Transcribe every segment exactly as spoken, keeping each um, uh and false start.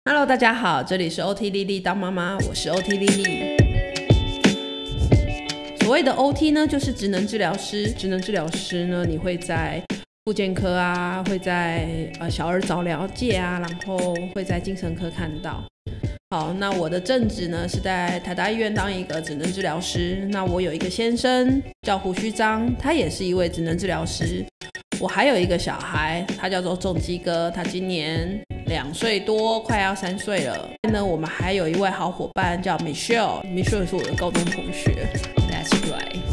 Hello， 大家好，这里是 O T 丽丽当妈妈，我是 O T 丽丽。所谓的 O T 呢，就是职能治疗师。职能治疗师呢，你会在复健科啊，会在呃小儿早疗界啊，然后会在精神科看到。好，那我的正职呢是在台大医院当一个职能治疗师。那我有一个先生叫胡须章，他也是一位职能治疗师。我还有一个小孩，他叫做仲基哥，他今年两岁多，快要三岁了。呢，我们还有一位好伙伴叫 Michelle，Michelle 是我的高中同学。That's right。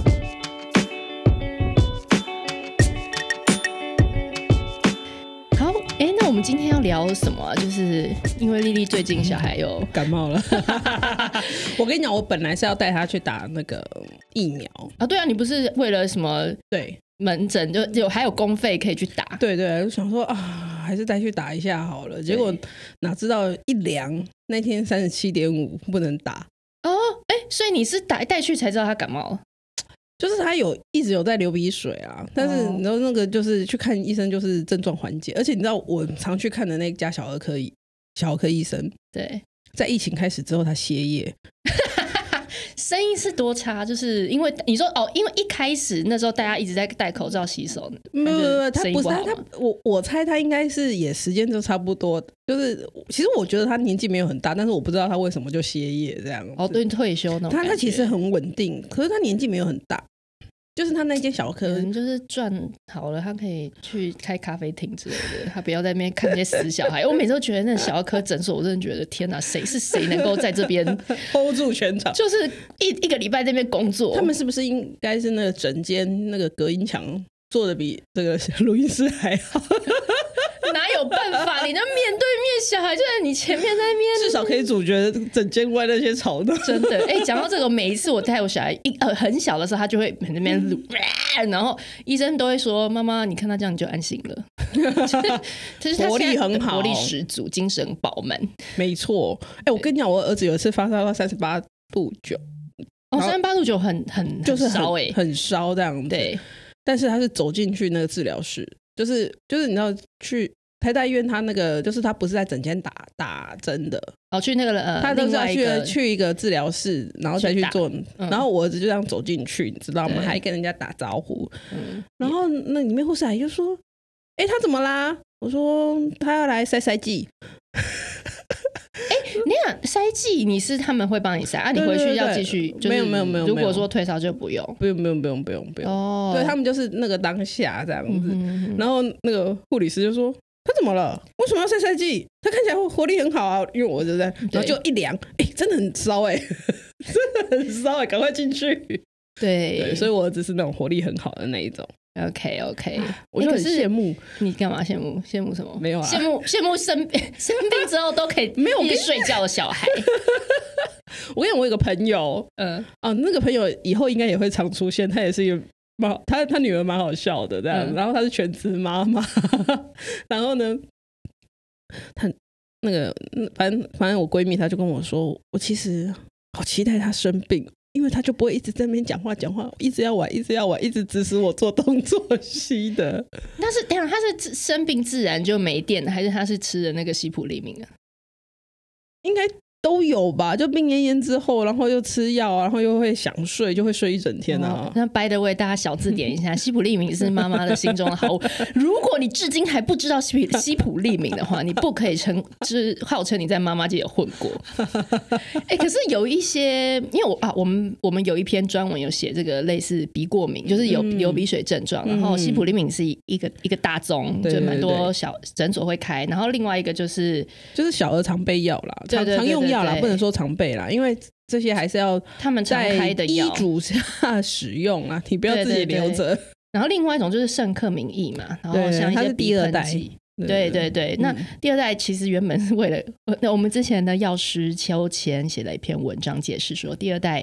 好，哎，那我们今天要聊什么？就是因为丽丽最近小孩有感冒了。我跟你讲，我本来是要带他去打那个疫苗啊。对啊，你不是为了什么？ 对。 门诊就有还有公费可以去打， 对对，就想说啊，还是带去打一下好了。结果哪知道一量那天三十七点五不能打哦，哎，所以你是打带去才知道他感冒了？ 就是他有一直有在流鼻水啊，但是你知道那个就是去看医生就是症状缓解，而且你知道我常去看的那家小儿科小儿科医生， 对， 在疫情开始之后他歇业。 声音是多差？就是因为你说哦，因为一开始那时候大家一直在戴口罩洗手， 没有没有，他不是他他我我猜他应该是也时间就差不多，就是其实我觉得他年纪没有很大，但是我不知道他为什么就歇业这样。 哦，对，退休那种感觉。 他他其实很稳定，可是他年纪没有很大。就是他那间小科人就是赚好了，他可以去开咖啡厅之类的，他不要在那边看那些死小孩。我每次都觉得那小儿科诊所，我真的觉得天哪，谁是谁能够在这边 hold 住全场？ 就是一一个礼拜在那边工作， 他们是不是应该是那个整间那个隔音墙做的比这个录音室还好？ 哪有办法？你那面对面小孩就在你前面，在那边至少可以阻绝整间外那些吵闹。 真的，哎、欸，讲到这个，每一次我带我小孩一呃很小的时候，他就会在那边录、嗯，然后医生都会说：“妈妈，你看他这样你就安心了。”就是他活力很好， 活力十足，精神饱满。 没错，哎、欸，我跟你讲，我儿子有一次发烧到三十八度九， 哦，三十八度九很很就是烧哎、欸， 很烧这样子。 对， 但是他是走进去那个治疗室，就是就是你知道去。台大医院他那个就是他不是在诊间打打针的哦，去那个呃， 他都是要去去一个治疗室，然后再去做。嗯、然后我儿子就这样走进去，你知道吗？还跟人家打招呼。嗯、然后那里面护士阿姨就说：“哎、欸，他怎么啦？”我说：“他要来塞塞剂。” 哎、欸，你想塞剂，你是他们会帮你塞啊？你回去要继续？就是、 没有没有没有。 如果说退烧就不用， 不用不用不用不用不用。哦，对他们就是那个当下这样子。嗯、然后那个护理师就说。他怎么了？为什么要塞塞剂？他看起来活力很好啊，因为我就在，然后就一量，哎、欸，真的很烧哎、欸，真的很烧哎、欸，赶快进去。 对, 对，所以我只是那种活力很好的那一种。 OK OK， 我就很羡慕、 欸、你干嘛羡慕？羡慕什么？ 没有啊， 羡慕羡慕生病生病之后都可以没有睡觉的小孩。 我跟你讲，我有个朋友，嗯啊，那个朋友以后应该也会常出现，他也是一个。他他女儿蛮好笑的这样、嗯、然后他是全职妈妈然后呢他那个反正反正我闺蜜她就跟我说，我其实好期待她生病，因为她就不会一直在那边讲话讲话，一直要玩一直要玩一直指使我做动作西的。 但是等一下他是生病自然就没电了，还是他是吃的那个西普利明啊？ 应该都有吧，就病恹恹之后，然后又吃药，然后又会想睡，就会睡一整天啊。 哦、那 by the way， 大家小字典一下，西普利明是妈妈的心中的好物。如果你至今还不知道西西普利明的话，你不可以称，就是号称你在妈妈界有混过。哎、欸，可是有一些，因为我啊，我们我们有一篇专文有写这个类似鼻过敏，就是有流鼻水症状，嗯、然后西普利明是一个一个大宗，就蛮多小诊所会开，然后另外一个就是就是小儿常备药啦， 对对对对对常用药啦，不能说常备啦，因为这些还是要他们常开的药， 医嘱下使用啊，你不要自己留着。 然后另外一种就是圣克明益嘛，然后像一些鼻喷剂。对对对，那第二代其实原本是为了，那我们之前的药师邱谦写了一篇文章解释说，第二代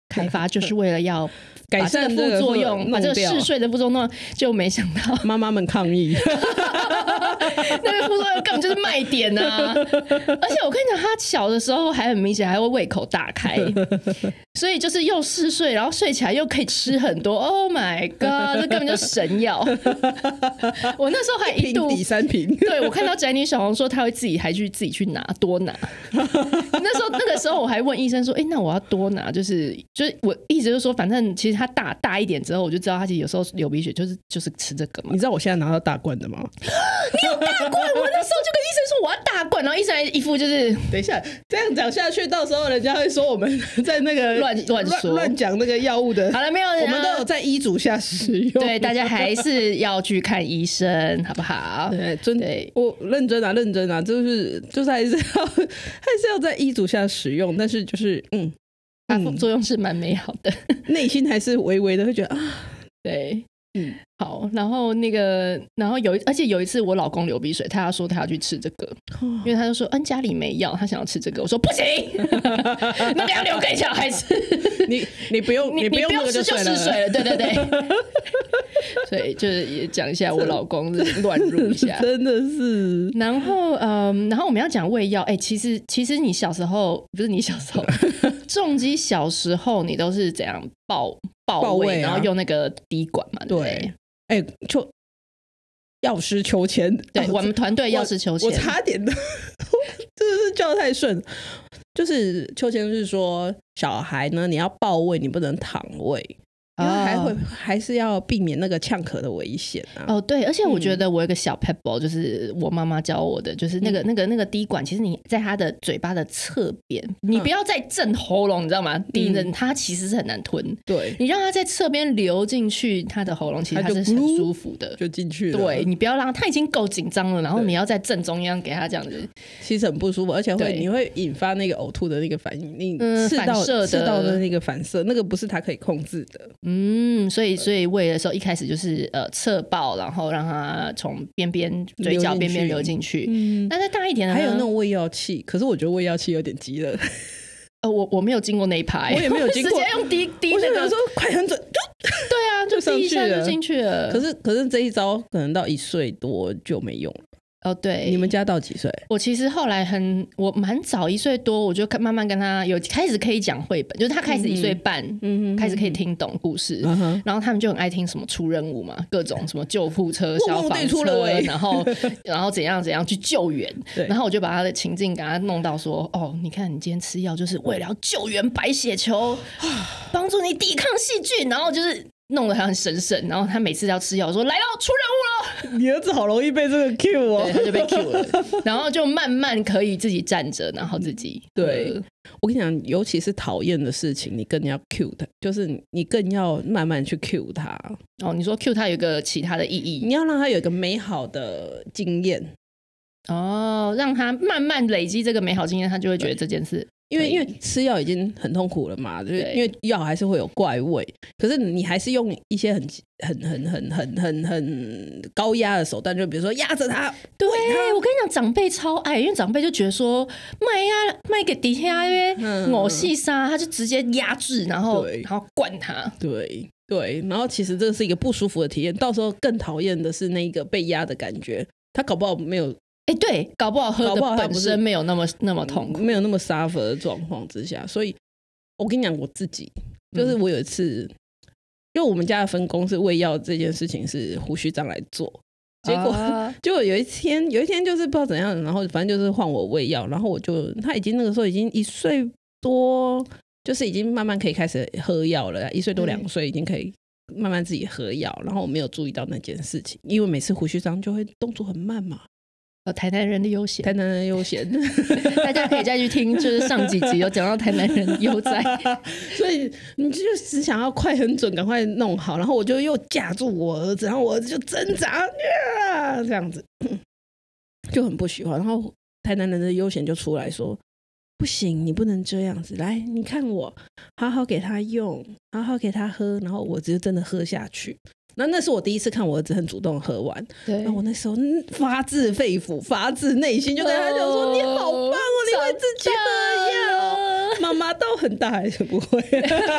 开发，就是为了要改善这个副作用，把这个嗜睡的副作用弄，就没想到妈妈们抗议。 那个副作用根本就是卖点啊！而且我跟你讲，他小的时候还很明显还会胃口大开，所以就是又嗜睡，然后睡起来又可以吃很多。Oh my god， 这根本就是神药！我那时候还一度第三瓶， 对我看到宅女小红说他会自己还去自己去拿多拿。那时候那个时候我还问医生说：“哎、欸，那我要多拿？就是就是我一直就说，反正其实他大大一点之后，我就知道他其实有时候流鼻血就是就是吃这个嘛。 你知道我现在拿到大罐的吗？ 你有大罐？我那时候就跟医生说我要大罐，然后医生还一副就是等一下这样讲下去，到时候人家会说我们在那个乱乱说乱讲那个药物的。 好了，没有， 我们都有在医嘱下使用。 对，大家还是要去看医生，好不好？ 对，真对，我认真啊，认真啊，就是就是还是要还是要在医嘱下使用，但是就是嗯， 它副作用是蛮美好的， 内心还是微微的会觉得啊， 对。嗯，好，然后那个，然后有，而且有一次我老公流鼻水，他要说他要去吃这个，哦、因为他就说，嗯，家里没药，他想要吃这个，我说不行，那个要留给小孩吃， 你你不用， 你你不用吃就吃水了，对对对，所以就是也讲一下我老公乱入一下， 真的是。 然后嗯，然后我们要讲胃药，哎、欸，其实其实你小时候不是你小时候，重击小时候你都是怎样抱？抱胃，然后用那个滴管嘛，对不对？ 哎、欸，就药师秋千， 对、哦、我们团队药师秋千， 我差点的，真的是叫得太顺。就是秋千是说，小孩呢，你要抱胃，你不能躺胃。因为还会、哦、还是要避免那个呛咳的危险啊。 哦，对，而且我觉得我有一个小 pebble，、嗯、就是我妈妈教我的，就是那个、嗯、那个那个滴管，其实你在它的嘴巴的侧边，你不要再震喉咙，你知道吗？滴着、嗯、它其实是很难吞。对，你让它在侧边流进去，它的喉咙其实它是很舒服的， 就进去了。 对，你不要让它已经够紧张了，然后你要在正中央给它这样子， 其实很不舒服，而且会你会引发那个呕吐的那个反应，你吃到、嗯、吃到的那个反射，那个不是它可以控制的。 嗯，所以。所以喂的时候一开始就是呃侧抱，然后让它从边边嘴角边边流进去。嗯，那再大一点的呢， 还有那种喂药器，可是我觉得喂药器有点急了。 呃，我我没有经过那一排， 我也没有经过， 直接用滴滴那个， 我说快很准， 对啊，就滴一下就进去了。 可是可是这一招可能到一岁多就没用了。 哦，对， 你们家到几岁？ 我其实后来很，我蛮早一岁多，我就慢慢跟他有开始可以讲绘本，就是他开始一岁半，嗯，开始可以听懂故事，嗯，然后他们就很爱听什么出任务嘛，各种什么救护车、消防车，然后然后怎样怎样去救援，然后我就把他的情境给他弄到说，哦，你看你今天吃药就是为了要救援白血球，帮助你抵抗细菌，然后就是弄得他很神圣，然后他每次要吃药说来咯，出任务咯。 你儿子好容易被这个 Q 哦， 对，他就被 Q 了，然后就慢慢可以自己站着，然后自己对、呃、我跟你讲，尤其是讨厌的事情，你更要 Q 他，就是你更要慢慢去 Q 他。 哦，你说 Q 他有一个其他的意义， 你要让他有一个美好的经验。 哦，让他慢慢累积这个美好经验，他就会觉得这件事。 因为因为吃药已经很痛苦了嘛，就是因为药还是会有怪味，可是你还是用一些很很很很很很很高压的手段，就比如说压着它。 对，我跟你讲，长辈超爱，因为长辈就觉得说卖呀卖给底下因为偶戏杀，他就直接压制，然后然后灌他。 对对，然后其实这是一个不舒服的体验，到时候更讨厌的是那个被压的感觉，他搞不好没有。 哎、欸，对，搞不好喝的本身没有那么那么痛苦， 没有那么 suffer 的状况之下，所以我跟你讲，我自己就是我有一次，嗯、因为我们家的分工是喂药这件事情是胡须章来做，结果、啊、结果有一天有一天就是不知道怎样，然后反正就是换我喂药，然后我就他已经那个时候已经一岁多，就是已经慢慢可以开始喝药了，一岁多两岁已经可以慢慢自己喝药，然后我没有注意到那件事情，因为每次胡须章就会动作很慢嘛。 台南人的悠闲， 台南人的悠闲， 大家可以再去听，就是上几集有讲到台南人悠哉， 所以你就只想要快很准，赶快弄好，然后我就又架住我儿子，然后我儿子就挣扎，啊、这样子就很不喜欢。然后台南人的悠闲就出来说：“不行，你不能这样子，来，你看我，好好给他用，好好给他喝。”然后我就真的喝下去。那那是我第一次看我儿子很主动喝完，对，然后我那时候发自肺腑、发自内心就跟他讲说：“哦、你好棒哦，你会自己喝药。” 妈妈都很大还是不会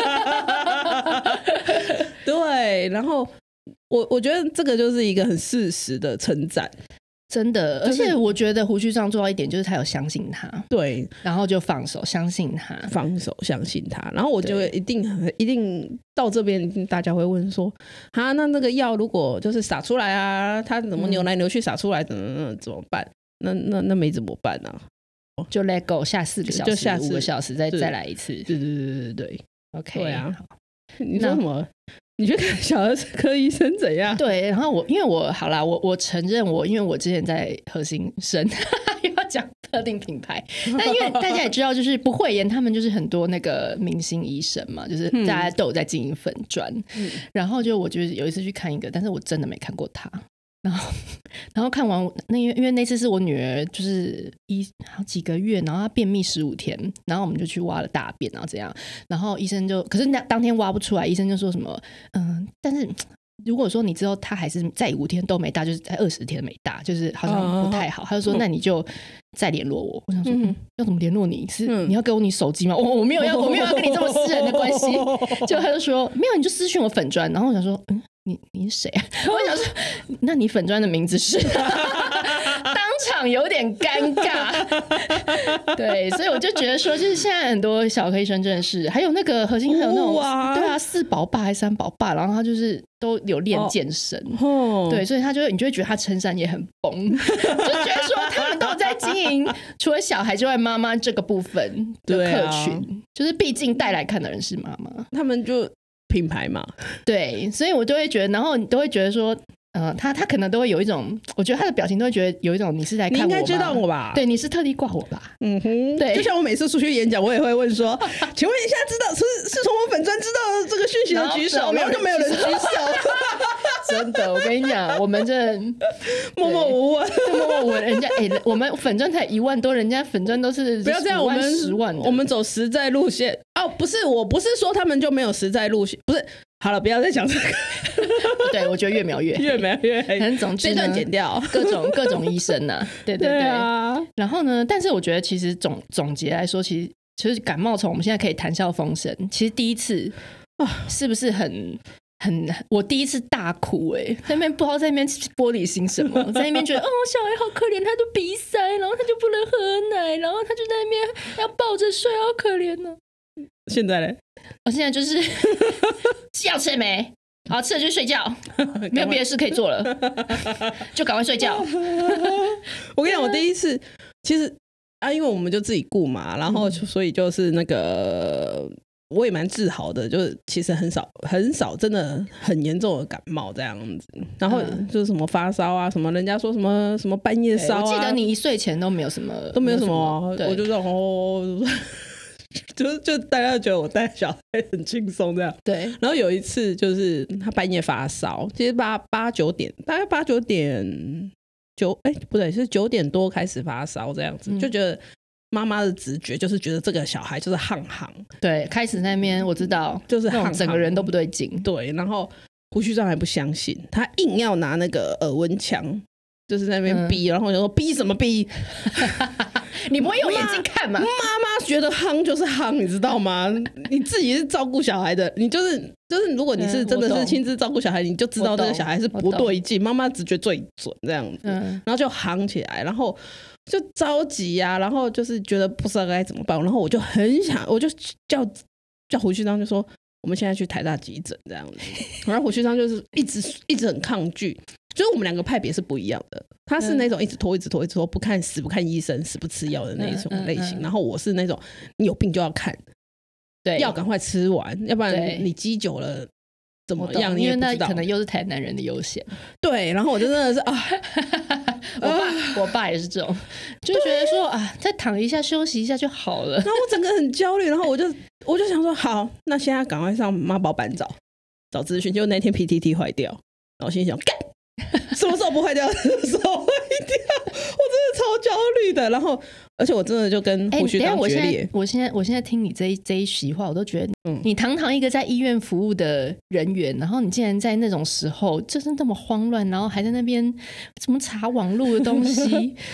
对，然后我我觉得这个就是一个很事实的称赞， 真的，而且我觉得胡须章做到一点就是他有相信他， 对， 然后就放手相信他， 放手相信他，然后我就一定一定到这边大家会问说啊，那那个药如果就是洒出来啊，他怎么扭来扭去洒出来怎么怎么办？那那那没怎么办啊？ 就 let go， 下四个小时， 就下五个小时再再来一次。 对对对对对 ，OK， 对啊。你说什么？你去看小儿科医生怎样？ 对，然后我因为我好啦，我我承认我因为我之前在核心生又要讲特定品牌，但因为大家也知道，就是不讳言，他们就是很多那个明星医生嘛，就是大家都有在经营粉专、嗯，然后就我就是有一次去看一个，但是我真的没看过他。然后，然后看完那因为因为那次是我女儿就是一好几个月，然后她便秘十五天，然后我们就去挖了大便，然后这样，然后医生就可是那当天挖不出来，医生就说什么嗯，但是如果说你之后她还是在五天都没大，就是在二十天没大，就是好像不太好，他就说那你就再联络我。我想说嗯，要怎么联络你？是、嗯、你要给我你手机吗？我、哦、我没有要我没有要跟你这么私人的关系，就他就说没有，你就私讯我粉专，然后我想说嗯。你你是谁啊？我想说，那你粉专的名字是？当场有点尴尬。对，所以我就觉得说，就是现在很多小科医生真的是，还有那个核心还有那种、啊、对啊，四宝爸还是三宝爸，然后他就是都有练健身，哦、对，所以他就你就会觉得他衬衫也很崩，就觉得说他们都在经营除了小孩之外妈妈这个部分的客群，啊、就是毕竟带来看的人是妈妈， 他们就。品牌嘛， 对，所以我都会觉得，然后你都会觉得说，呃，他他可能都会有一种，我觉得他的表情都会觉得有一种你是来看我吗？ 你应该知道我吧？ 对，你是特地挂我吧？ 嗯哼，对，就像我每次出去演讲，我也会问说，请问一下，知道是是从我粉专知道这个讯息的举手，然后就没有人举手。 真的，我跟你讲，我们这默默无闻， 默默无闻。人家哎、欸，我们粉专才一万多，人家粉专都是不要这样，我们十万， 我们走实在路线哦。不是，我不是说他们就没有实在路线，不是。好了，不要再讲这个。 对，我觉得越描越越描越黑。 反正总之这段剪掉， 各种各种医生呐、啊，对对 对, 对啊。 然后呢，但是我觉得其实总总结来说，其实其实感冒从我们现在可以谈笑风生。其实第一次啊，是不是很很？我第一次大哭哎、欸，在那边不知道在那边玻璃心什么，在那边觉得哦，小孩好可怜，他都鼻塞，然后他就不能喝奶，然后他就在那边要抱着睡，好可怜呢、啊。 现在嘞？ 我现在就是药吃了没？好，吃了就睡觉，没有别的事可以做了，就赶快睡觉。 我跟你讲，我第一次其实啊，因为我们就自己顾嘛，然后所以就是那个我也蛮自豪的，就是其实很少很少真的很严重的感冒这样子，然后就是什么发烧啊，什么人家说什么什么半夜烧啊， 我记得你一睡前都没有什么都没有什么、啊，我就这样哦。就就大家觉得我带小孩很轻松这样， 对。 然后有一次就是他半夜发烧，其实八八九点，大概八九点九，哎不对，是九点多开始发烧这样子，嗯、就觉得妈妈的直觉就是觉得这个小孩就是夯夯， 对，开始那边我知道， 就是夯夯整个人都不对劲， 对。然后胡须章还不相信，他硬要拿那个耳温枪。就是在那边逼、嗯，然后我就说逼什么逼？ 你不会用眼睛看吗？ 妈妈觉得夯就是夯，你知道吗？你自己是照顾小孩的，你就是就是，如果你是真的是亲自照顾小孩，你就知道这个小孩是不对劲。妈妈直觉最准这样子，嗯、然后就夯起来，然后就着急呀、啊，然后就是觉得不知道该怎么办，然后我就很想，我就叫叫胡须章就说。我们现在去台大急诊这样子，然后胡须章就是一直一直很抗拒，就是我们两个派别是不一样的。他是那种一直拖一直拖一直拖，不看死不看医生死不吃药的那种类型，嗯嗯嗯、然后我是那种你有病就要看，对，药赶快吃完，要不然你积久了怎么样你也不知道，因为那可能又是台南人的悠闲。 对，然后我就真的是啊， 我爸我爸也是这种，就觉得说啊，再躺一下休息一下就好了。 然后我整个很焦虑，然后我就我就想说，好，那现在赶快上妈宝版找找资讯。结果那天 P T T 坏掉，然后心想，干，什么时候不坏掉？什么时候坏掉？我真的超焦虑的。然后，而且我真的就跟胡须章决裂。 我现在我现在听你这一这一席话，我都觉得，嗯，你堂堂一个在医院服务的人员，然后你竟然在那种时候就是那么慌乱，然后还在那边怎么查网络的东西。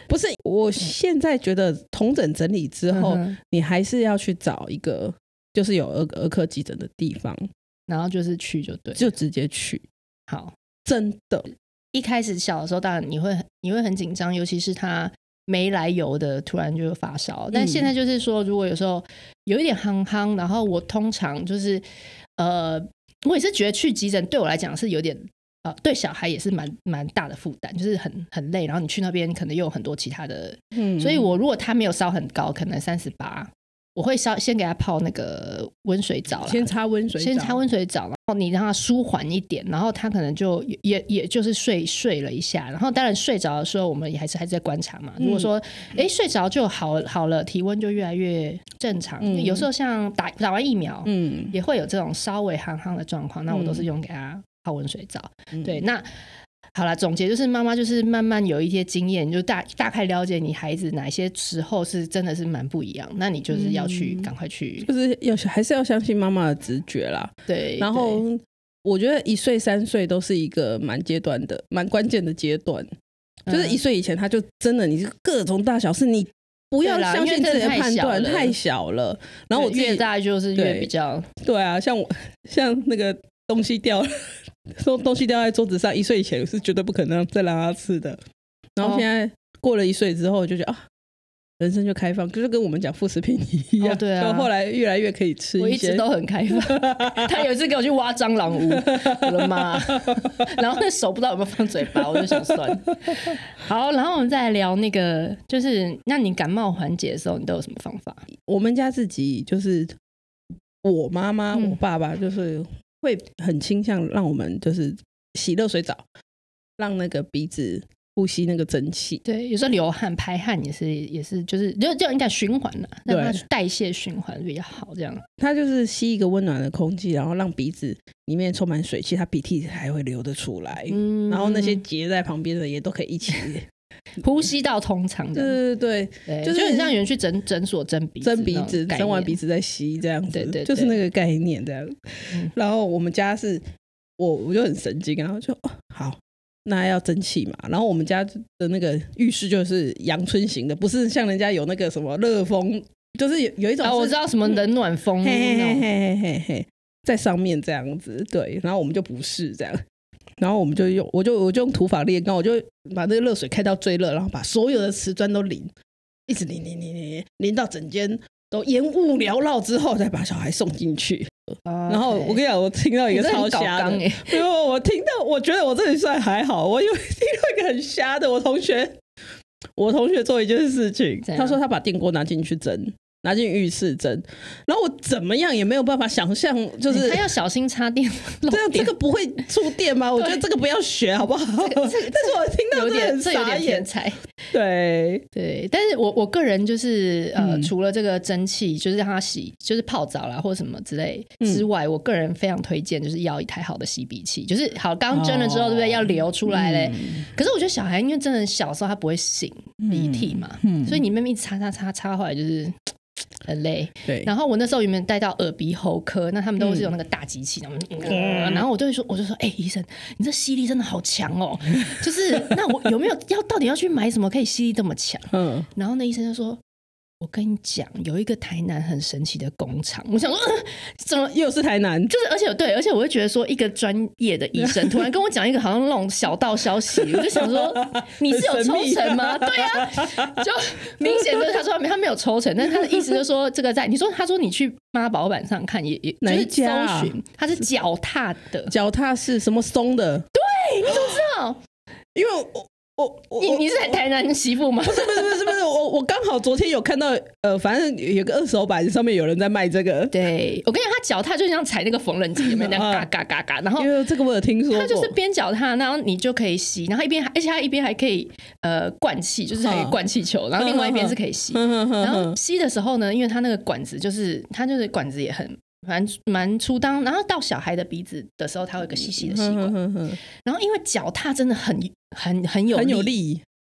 不是，我现在觉得统整整理之后、嗯、你还是要去找一个就是有儿儿科急诊的地方， 然后就是去就对， 就直接去。 好， 真的一开始小的时候当然你会你会很紧张，尤其是他没来由的突然就发烧，但现在就是说如果有时候有一点夯夯，然后我通常就是呃我也是觉得去急诊对我来讲是有点呃对小孩也是蛮蛮大的负担，就是很很累，然后你去那边可能又有很多其他的、嗯、所以我如果他没有烧很高，可能三十八，我会烧先给他泡那个温水澡啦， 先擦温水澡， 先擦温水澡，然后你让他舒缓一点，然后他可能就也也就是睡睡了一下，然后当然睡着的时候我们也还是还是在观察嘛。如果说哎、嗯、睡着就好好了，体温就越来越正常。嗯、有时候像打打完疫苗，嗯，也会有这种稍微夯夯的状况，那我都是用给他泡温水澡。嗯、对，那。好啦，总结就是妈妈就是慢慢有一些经验，就大大概了解你孩子哪些时候是真的是蛮不一样，那你就是要去赶、嗯、快去， 就是要还是要相信妈妈的直觉啦。 对， 然后我觉得一岁三岁都是一个蛮阶段的蛮关键的阶段，就是一岁以前他就真的你是各种大小事你不要相信自己的判断，太小了。然后我越大就是越比较对, 对啊，像我像那个东西掉了。说东西掉在桌子上，一岁以前是绝对不可能再让他吃的。然后现在过了一岁之后，就觉得啊，人生就开放，就是跟我们讲副食品一样。哦、对啊，就后来越来越可以吃一些。 我一直都很开放。他有一次给我去挖蟑螂屋，我的妈！然后那手不知道有没有放嘴巴，我就想算了。好，然后我们再来聊那个，就是那你感冒缓解的时候，你都有什么方法？ 我们家自己就是我妈妈、嗯、我爸爸就是。会很倾向让我们就是洗热水澡，让那个鼻子呼吸那个蒸汽。 对，有时候流汗排汗也是也是就是就就应该循环了，让它代谢循环比较好。这样， 它就是吸一个温暖的空气，然后让鼻子里面充满水汽，它鼻涕还会流得出来。嗯，然后那些结在旁边的也都可以一起呼吸道通畅。 对对对对，就是很像有人去诊诊所蒸鼻子， 蒸鼻子，蒸完鼻子再吸这样子。 对 对, 对， 就是那个概念这样。嗯、然后我们家是我我就很神经，然后就、哦、好，那要蒸汽嘛。然后我们家的那个浴室就是阳春型的，不是像人家有那个什么热风，就是有有一种啊，我知道什么冷暖风，嘿嘿嘿嘿嘿嘿，在上面这样子。对，然后我们就不是这样。然后我们就用，我就我就用土法炼钢，我就把那个热水开到最热，然后把所有的瓷砖都淋，一直淋淋淋淋淋到整间都烟雾缭绕之后，再把小孩送进去。Uh, 然后我跟你讲，我听到一个超瞎的，因为我听到，我觉得我这里算还好，我有听到一个很瞎的，我同学，我同学做一件事情，他说他把电锅拿进去蒸。拿进浴室蒸，然后我怎么样也没有办法想象，就是他要小心插电， 这样这个不会触电吗？我觉得这个不要学好不好？这个、这个、但是我听到有点这有点天才， 对对。但是我我个人就是呃、嗯，除了这个蒸汽，就是让他洗，就是泡澡啦或者什么之类之外、嗯，我个人非常推荐就是要一台好的吸鼻器，就是好刚蒸了之后，哦、对不对？要流出来嘞、嗯。可是我觉得小孩因为真的小时候他不会擤鼻涕嘛、嗯嗯，所以你妹妹一直擦擦擦擦，后来就是。很累， 对。 然后我那时候有没有带到耳鼻喉科？那他们都是有那个大机器，嗯嗯、然后我就会说，我就说，哎、欸，医生，你这吸力真的好强哦！就是那我有没有要到底要去买什么可以吸力这么强？嗯。然后那医生就说。我跟你讲，有一个台南很神奇的工厂。我想说，呃、怎么又是台南？ 就是而且对，而且我会觉得说，一个专业的医生突然跟我讲一个好像那种小道消息，我就想说，你是有抽成吗？对啊，就明显的他说他没有抽成，但他的意思就是说，这个在你说他说你去妈宝版上看也也哪一家、啊？ 搜寻他是脚踏的， 脚踏是什么松的？ 对，你怎么知道？ 因为我。我我你你是台南媳妇吗？ 不是不是不是不是，我我刚好昨天有看到，呃，反正有个二手版上面有人在卖这个。 对，我跟你讲，他脚踏就像踩那个缝纫机，有没有那样嘎嘎嘎嘎？然后因为这个我有听说过， 他就是边脚踏，然后你就可以吸，然后一边而且他一边还可以呃灌气，就是还可以灌气球，然后另外一边是可以吸。然后吸的时候呢，因为他那个管子就是他就是管子也很。蛮蛮粗当，然后到小孩的鼻子的时候，他会有一个细细的吸管。然后因为脚踏真的很很很有力， 很有力，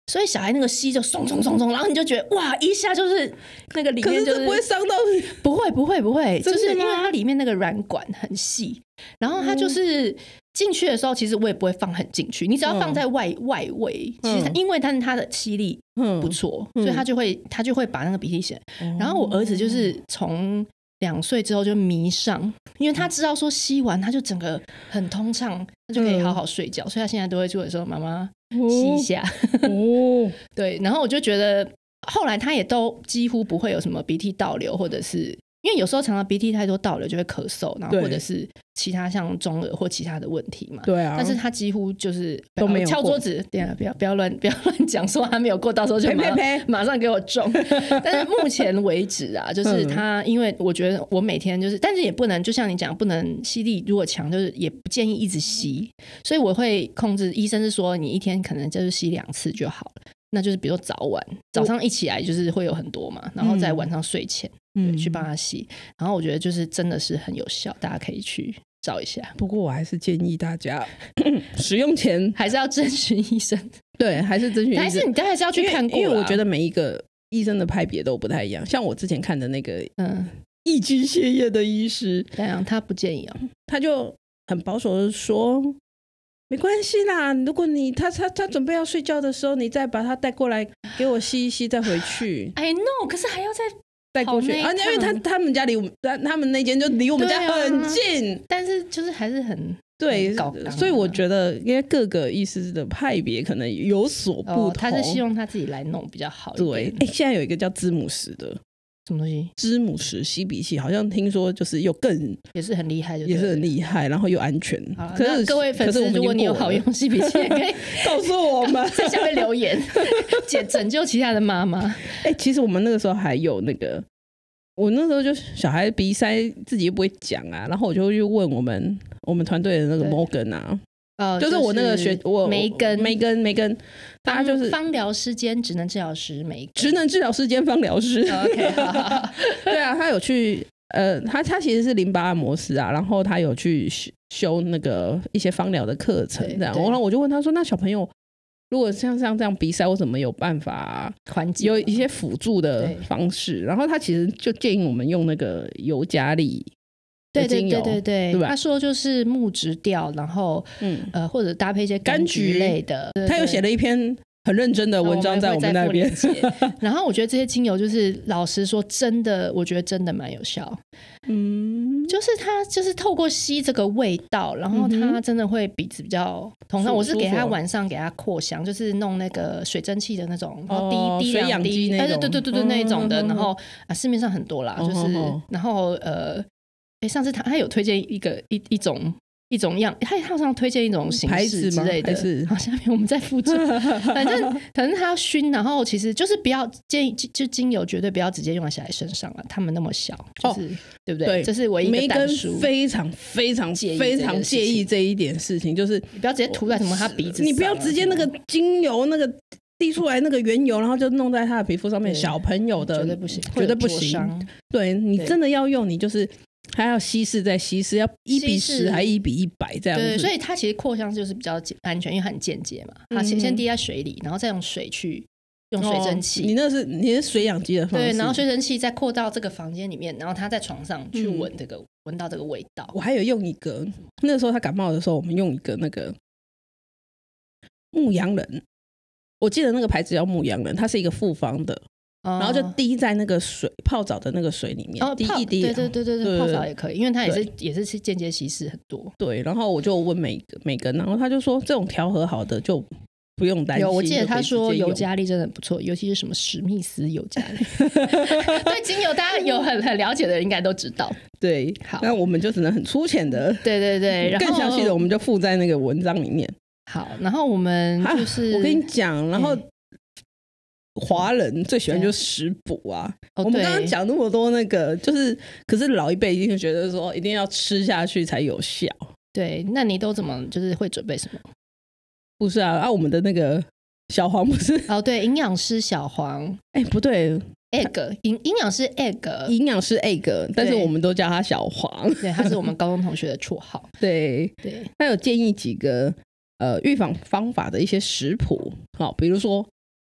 所以小孩那个吸就松松松松，然后你就觉得哇，一下就是那个里面就是可是不会伤到， 不会不会不会，就是因为它它里面那个软管很细，然后它就是进去的时候，其实我也不会放很进去，你只要放在外、嗯、外围，其实它因为它它的吸力不错、嗯，所以它就会它就会把那个鼻涕血、嗯。然后我儿子就是从两岁之后就迷上，因为他知道说吸完他就整个很通畅，他就可以好好睡觉，嗯、所以他现在都会做的时候，妈妈吸一下。哦，对，然后我就觉得后来他也都几乎不会有什么鼻涕倒流，或者是因为有时候常常鼻涕太多倒流就会咳嗽，然后或者是其他像中耳或其他的问题嘛。对啊，但是他几乎就是都没有敲桌子，对啊，不要不要乱不要乱讲说他没有过，到时候就马上呸呸呸马上给我中。但是目前为止啊，就是他，因为我觉得我每天就是，但是也不能就像你讲，不能吸力如果强，就是也不建议一直吸，所以我会控制。医生是说你一天可能就是吸两次就好了。那就是比如说早晚，早上一起来就是会有很多嘛，然后在晚上睡前、嗯、对去帮他洗，然后我觉得就是真的是很有效，大家可以去找一下。 不过我还是建议大家使用前还是要征询医生， 对，还是征询医生， 还是你还是要去看过， 因为我觉得每一个医生的派别都不太一样。像我之前看的那个嗯易经血液的医师， 对啊，他不建议哦， 他就很保守的说。没关系啦，如果你他他他准备要睡觉的时候，你再把他带过来给我吸一吸，再回去。 I know， 可是还要再带过去啊，因为他他们家离我们他们那间就离我们家很近， 啊、但是就是还是很对， 很所以我觉得因为各个医师的派别可能有所不同，哦、 他是希望他自己来弄比较好一点。 对，哎，现在有一个叫芝姆石的。 什么东西？ 芝姆石吸鼻器，好像听说就是又更也是很厉害， 也是很厉害，然后又安全。 可是各位粉丝，如果你有好用吸鼻器，也可以告诉我们， 在下面留言，拯救其他的妈妈。 哎、欸，其实我们那个时候还有那个，我那时候就小孩鼻塞自己又不会讲啊，然后我就会去问我们我们团队的那个 Morgan 啊。呃、就是我那个学我梅根梅根梅根，大家就是芳疗师兼职能治疗师梅根， 职能治疗师兼芳疗师。 哦、OK， 好好好对啊，他有去呃，他他其实是淋巴按摩师啊，然后他有去修那个一些芳疗的课程，这样。然后我就问他说：“那小朋友如果像像这样鼻塞，我怎么有办法缓解？ 有一些辅助的方式？”然后他其实就建议我们用那个尤加利。 对对对对对，对他说就是木质调，然后嗯呃或者搭配一些柑橘类的， 他有写了一篇很认真的文章在我们那边。 然后我觉得这些精油就是老实说，真的，我觉得真的蛮有效。嗯，就是它就是透过吸这个味道，然后它真的会鼻子比较通畅。我是给他晚上给他扩香，就是弄那个水蒸气的那种，然后滴滴两滴，哎对对对对对那一种的。然后啊市面上很多啦，就是然后呃。哎，上次他他有推荐一个一一种一种样，他好像推荐一种形式之类的，好，下面我们再复制。反正反正他要熏，然后其实就是不要建议，就精油绝对不要直接用在小孩身上了，他们那么小，就是、哦、对不对？对，这是唯一一个但书。 非常非常非常介意这一点事情，就是你不要直接涂在什么他鼻子上， 你不要直接那个精油那个。滴出来那个原油，然后就弄在他的皮肤上面，小朋友的绝对不行， 绝对不行。对，你真的要用，你就是还要稀释再稀释，要一比十还一比一百这样子。 对，所以它其实扩香就是比较安全，因为它很间接嘛。它先先滴在水里，然后再用水去用水蒸气。 哦、你那是你是水养机的方式， 对，然后水蒸气再扩到这个房间里面，然后他在床上去闻这个，闻、嗯、到这个味道。 我还有用一个，那个时候他感冒的时候，我们用一个那个牧羊人。我记得那个牌子叫牧羊人，它是一个复方的，哦、然后就滴在那个水泡澡的那个水里面，哦、滴一滴。 对对对对对，泡澡也可以，因为它也是也是间接稀释很多。 对，然后我就问每个每个，然后他就说这种调和好的就不用担心。 有，我记得他说尤加利真的不错，尤其是什么史密斯尤加利。对精油，大家有很很了解的人应该都知道。对，好， 那我们就只能很粗浅的， 对对对，然后更详细的我们就附在那个文章里面。 好，然后我们就是、 啊、我跟你讲，然后华人最喜欢就是食补啊。哦、我们刚刚讲那么多那个，就是可是老一辈一定觉得说一定要吃下去才有效。 对，那你都怎么就是会准备什么？ 不是啊，啊，我们的那个小黄不是哦，对，营养师小黄， 哎、欸，不对 ，egg 营营养师 egg 营养师 egg， 但是我们都叫他小黄。 对，他是我们高中同学的绰号。 对对，他有建议几个。呃，预防方法的一些食谱，好，比如说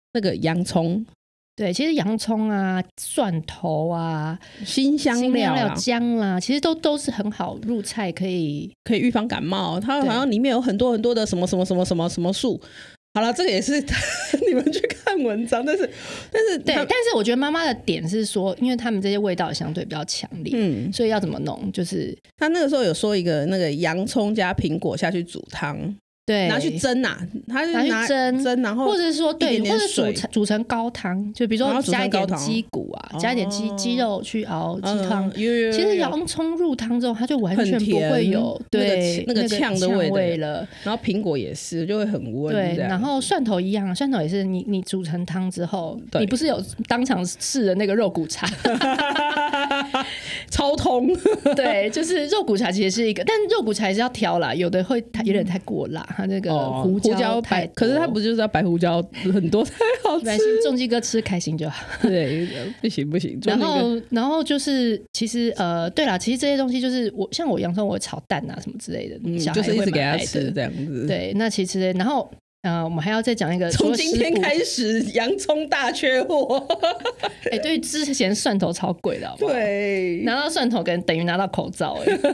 那个洋葱。 对，其实洋葱啊、蒜头啊、 辛香料啦、 姜啦，其实都都是很好入菜，可以可以预防感冒。它好像里面有很多很多的什么什么什么什么什么素。好了，这个也是你们去看文章，但是但是对，但是我觉得妈妈的点是说，因为他们这些味道相对比较强烈，嗯，所以要怎么弄？就是他那个时候有说一个那个洋葱加苹果下去煮汤。 对， 拿去蒸啊，他就拿去蒸蒸，然后或者是说对， 一点点或者煮成煮成高汤，就比如说加一点鸡骨啊，加一点鸡鸡肉去熬鸡汤。 嗯、其实洋葱入汤之后，它就完全不会有对那个呛的味味了。 然后苹果也是，就会很温。 对，然后蒜头一样，蒜头也是你你煮成汤之后，你不是有当场试的那个肉骨茶， 超通。 对，就是肉骨茶其实是一个，但肉骨茶还是要挑啦，有的会有点太过辣。它那个胡椒太多、 哦、可是它不就是要白胡椒很多才好吃？ 重基哥吃开心就好。 对，不行不行。 然后然后就是其实呃，对啦，其实这些东西就是我像我洋葱我会炒蛋啊什么之类的，嗯、小孩就是一直给他吃这样子。 对，那其实然后。呃，我们还要再讲一个， 从今天开始，洋葱大缺货。 哎、欸，对，之前蒜头超贵的好不好， 对， 拿到蒜头跟等于拿到口罩哎、欸。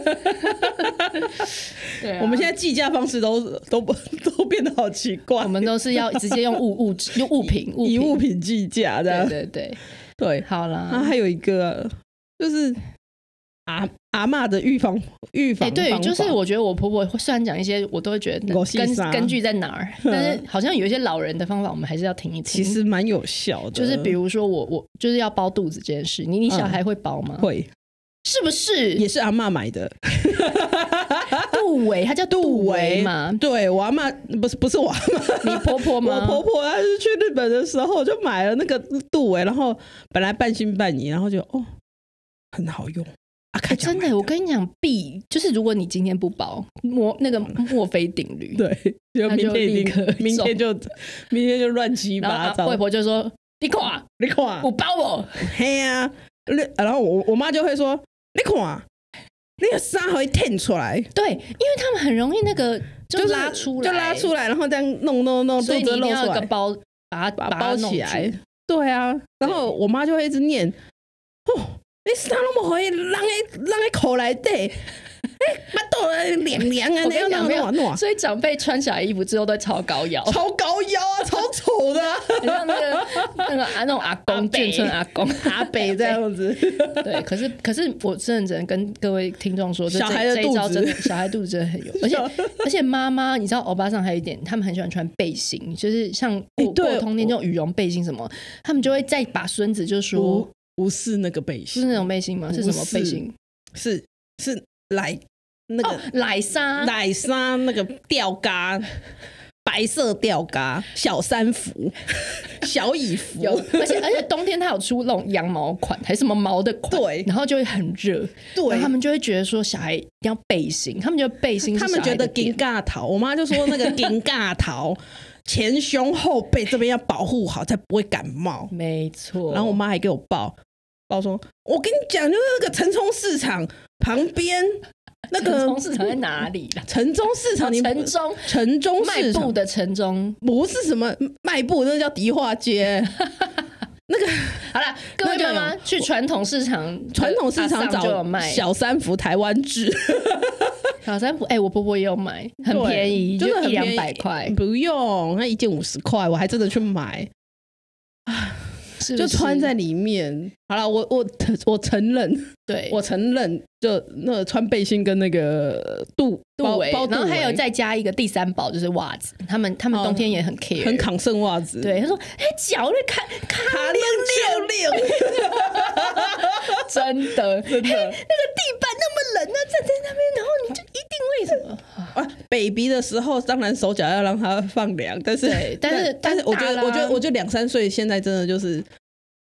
对、啊， 我们现在计价方式都都都变得好奇怪， 我们都是要直接用物物用物品物品以物品计价的。 对对对对， 好啦， 那还有一个就是阿阿嬷的预防预防方法、 欸、对，就是我觉得我婆婆虽然讲一些我都会觉得根根据在哪儿，但是好像有一些老人的方法我们还是要听一听， 其实蛮有效的。 就是比如说我我就是要包肚子这件事，你你小孩会包吗？ 嗯、会， 是不是？ 也是阿嬷买的。 杜维，它叫杜维嘛？ 对，我阿嬷不是不是我阿嬷， 你婆婆吗？ 我婆婆她是去日本的时候就买了那个杜维，然后本来半信半疑，然后就哦很好用。啊欸、真的，我跟你讲，必就是如果你今天不包墨那个墨菲定律， 对，就明天一定，明天就明天就乱七八糟。 外婆就说：“你看， 你看， 我包我。” 嘿啊，然后我我妈就会说：“你看，那个沙会舔出来。” 对，因为他们很容易那个就拉出来， 就拉出来，然后这样弄弄弄， 所以你一定要有个包把它把它包起来。对啊，然后我妈就会一直念：“哦。”你啥都没会，人的人的口来底，哎，巴肚凉凉啊，那样那样。 所以长辈穿小孩衣服之后都超高腰， 超高腰啊，超丑的、啊， 很像那个那个啊那种阿公眷村阿公阿北这样子。对， 可是可是我真的只能跟各位听众说， 小孩的肚子真的，小孩肚子真的很有，而且而且妈妈，你知道欧巴桑还有一点，他们很喜欢穿背心，就是像过、欸、过冬天这种羽绒背心什么，他们就会再把孙子就说。 不是那个背心， 是那种背心吗？是什么背心？ 是是奶那个奶纱， 奶纱那个吊嘎，白色吊嘎，小三伏，小羽服， 有，而且而且冬天它有出那种羊毛款，还是什么毛的款， 对， 然后就会很热， 对， 然后他们就会觉得说小孩一定要背心，他们觉得背心是小孩的点， 他们觉得金嘎桃，我妈就说那个金嘎桃。前胸后背这边要保护好，才不会感冒。 没错。 然后我妈还给我报报说，我跟你讲，就是那个城中市场旁边那个城中市场在哪里啦？ 城中市场， 你城中城中卖布的城中， 不是什么卖布，那叫迪化街。那个好了，各位妈妈去传统市场， 传统市场找小三福台湾制。 小三福，哎、欸，我婆婆也有买，很便宜， 就是一两百块， 不用，那一件五十块，我还真的去买，啊，就穿在里面。好了，我我我承认， 对， 我承认，就那个穿背心跟那个肚肚围，然后还有再加一个第三宝，就是袜子。他们他们冬天也很 care，、 哦、很抗剩袜子。 对，他说，哎、欸，脚那卡卡溜溜溜， 真的真的，那个地板那么冷啊，站在那边，然后你就一定为什么啊 ？baby 的时候，当然手脚要让它放凉，但是对，但是但是我觉得我觉得我觉得两三岁现在真的就是。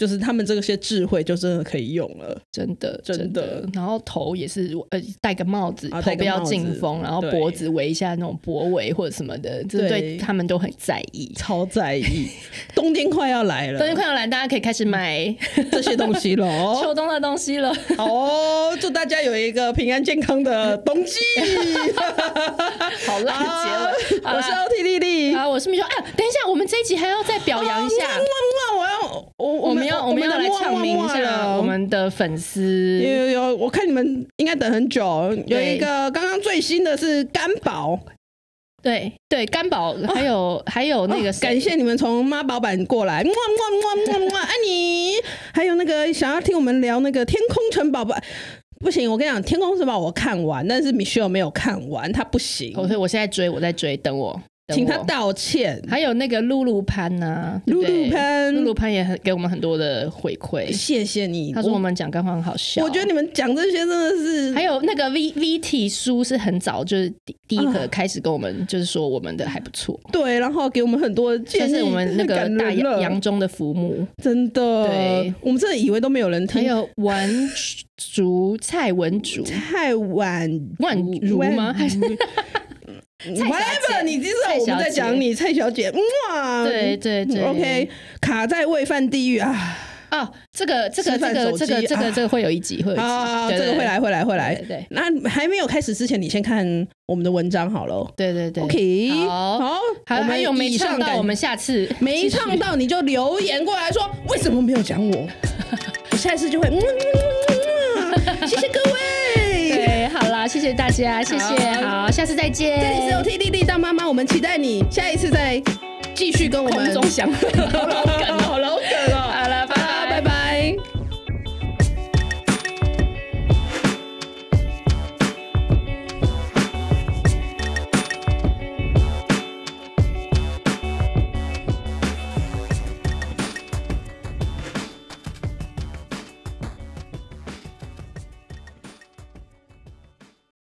就是他们这些智慧就真的可以用了， 真的真的。 真的然后头也是呃戴个帽子， 啊、 头不要进风，然后脖子围一下那种脖围或者什么的，这对他们都很在意， 超在意。冬天快要来了， 冬天快要来，大家可以开始买这些东西了， 秋冬的东西了。 好哦，祝大家有一个平安健康的冬季。 好烂结尾， 我是 O T 丽丽啊，我是米秀啊。等一下，我们这一集还要再表扬一下， 啊、我要我我们要我们要来唱名一下我们的粉丝。 有有有，我看你们应该等很久。有一个刚刚最新的是干宝。 对对，干宝还有、哦、还有那个、哦、 感谢你们从妈宝版过来，么么么么么，爱你。还有那个想要听我们聊那个天空城堡吧。不行，我跟你讲，天空城堡我看完，但是 Michelle 没有看完，他不行。 所以我现在追，我在追，等我。 请他道歉。 还有那个露露潘呐， 露露潘， 露露潘也很给我们很多的回馈， 谢谢你。 他说我们讲干话很好笑， 我觉得你们讲这些真的是。 还有那个 V V T 书是很早就是第一个开始跟我们就是说我们的还不错， 啊、对，然后给我们很多建议， 这是我们那个大洋中的浮木， 真的，对，我们真的以为都没有人听。 还有婉竹蔡文竹蔡婉婉如吗？还是 ？whatever， 你知道我们在讲你蔡小姐，哇， 对对对 ，OK， 卡在喂饭地狱啊！ 哦，这个这个这个这个这个这个会有一集，会有一集啊，这个会来会来会来。 对， 那还没有开始之前，你先看我们的文章好了。 对对对 ，OK， 好， 好， 还还有没唱到，我们下次没唱到你就留言过来说为什么没有讲我，我下一次就会，谢谢各位。 对，好啦，谢谢大家，谢谢，好，下次再见。 这里是 O T 丽丽当妈妈，我们期待你下一次再继续跟我们空中相会，好老梗哦，好老梗哦。